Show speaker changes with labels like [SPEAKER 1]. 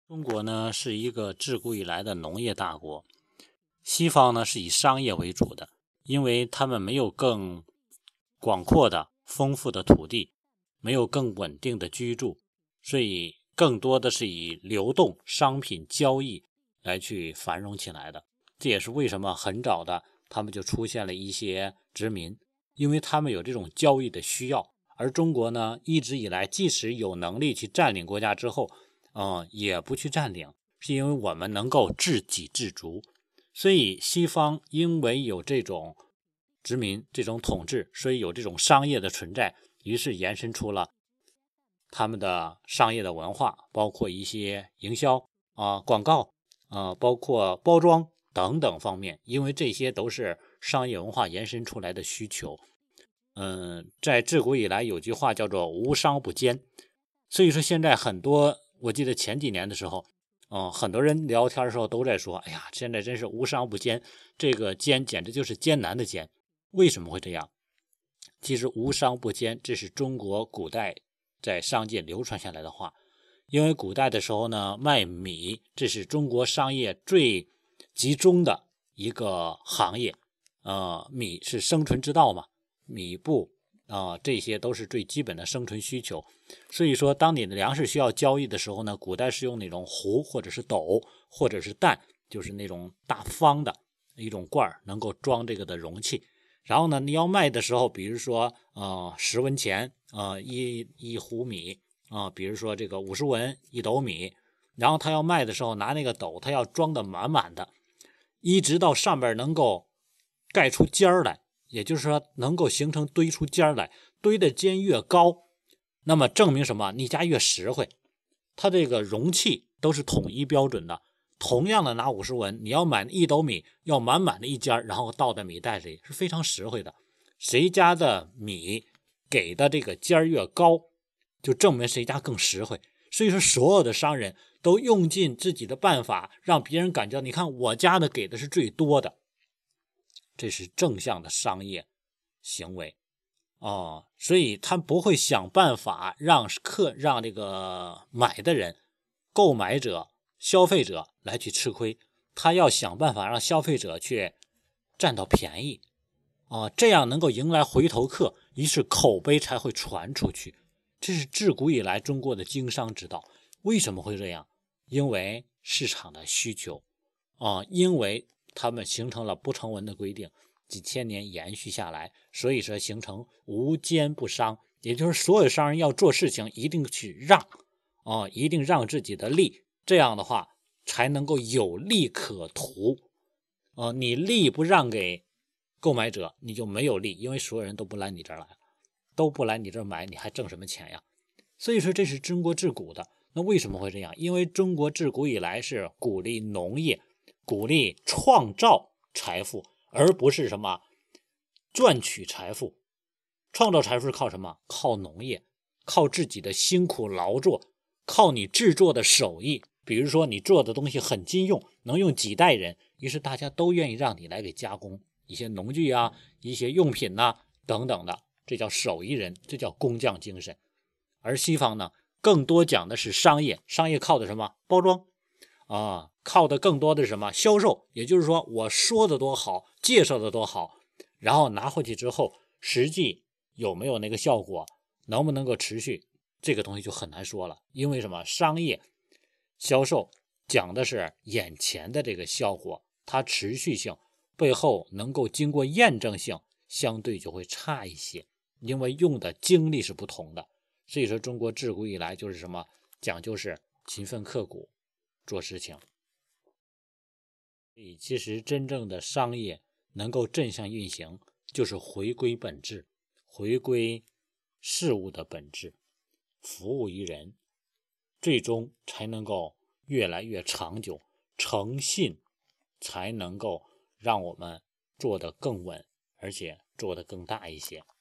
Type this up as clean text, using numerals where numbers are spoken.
[SPEAKER 1] 中国呢是一个自古以来的农业大国，西方呢是以商业为主的，因为他们没有更广阔的、丰富的土地，没有更稳定的居住，所以更多的是以流动商品交易来去繁荣起来的。这也是为什么很早的他们就出现了一些殖民，因为他们有这种交易的需要。而中国呢，一直以来即使有能力去占领国家之后，也不去占领，是因为我们能够自给自足。所以西方因为有这种殖民、这种统治，所以有这种商业的存在，于是延伸出了他们的商业的文化，包括一些营销广告包括包装等等方面，因为这些都是商业文化延伸出来的需求。在自古以来有句话叫做无商不奸，所以说现在很多，我记得前几年的时候，很多人聊天的时候都在说，哎呀，现在真是无商不奸，这个奸简直就是艰难的艰。为什么会这样？其实无商不奸，这是中国古代在商界流传下来的话。因为古代的时候呢，卖米，这是中国商业最集中的一个行业。米是生存之道嘛，米布这些都是最基本的生存需求。所以说当你的粮食需要交易的时候呢，古代是用那种壶或者是斗或者是担，就是那种大方的一种罐能够装这个的容器。然后呢，你要卖的时候，比如说10文钱一壶米比如说这个50文一斗米，然后他要卖的时候拿那个斗，他要装的满满的，一直到上边能够盖出尖儿来，也就是说能够形成堆出尖儿来，堆的尖越高，那么证明什么？你家越实惠。它这个容器都是统一标准的，同样的拿50文，你要买一斗米，要满满的一尖，然后倒在米袋里，是非常实惠的。谁家的米给的这个尖越高，就证明谁家更实惠。所以说所有的商人都用尽自己的办法，让别人感觉你看我家的给的是最多的，这是正向的商业行为所以他不会想办法让这个买的人、购买者、消费者来去吃亏，他要想办法让消费者去占到便宜这样能够迎来回头客，于是口碑才会传出去。这是自古以来中国的经商之道。为什么会这样？因为市场的需求因为他们形成了不成文的规定，几千年延续下来，所以说形成无奸不商，也就是所有商人要做事情一定去让一定让自己的利，这样的话才能够有利可图你利不让给购买者，你就没有利，因为所有人都不来你这儿来，都不来你这儿买，你还挣什么钱呀？所以说这是中国自古的。那为什么会这样？因为中国自古以来是鼓励农业，鼓励创造财富，而不是什么赚取财富。创造财富是靠什么？靠农业，靠自己的辛苦劳作，靠你制作的手艺。比如说你做的东西很经用，能用几代人，于是大家都愿意让你来给加工一些农具一些用品等等的，这叫手艺人，这叫工匠精神。而西方呢，更多讲的是商业，商业靠的什么？包装靠的更多的是什么？销售。也就是说我说的多好，介绍的多好，然后拿回去之后实际有没有那个效果，能不能够持续，这个东西就很难说了。因为什么？商业销售讲的是眼前的这个效果，它持续性背后能够经过验证性相对就会差一些，因为用的精力是不同的。所以说中国自古以来就是什么？讲究是勤奋刻苦做事情。所以其实真正的商业能够正向运行，就是回归本质，回归事物的本质，服务于人，最终才能够越来越长久。诚信才能够让我们做得更稳，而且做得更大一些。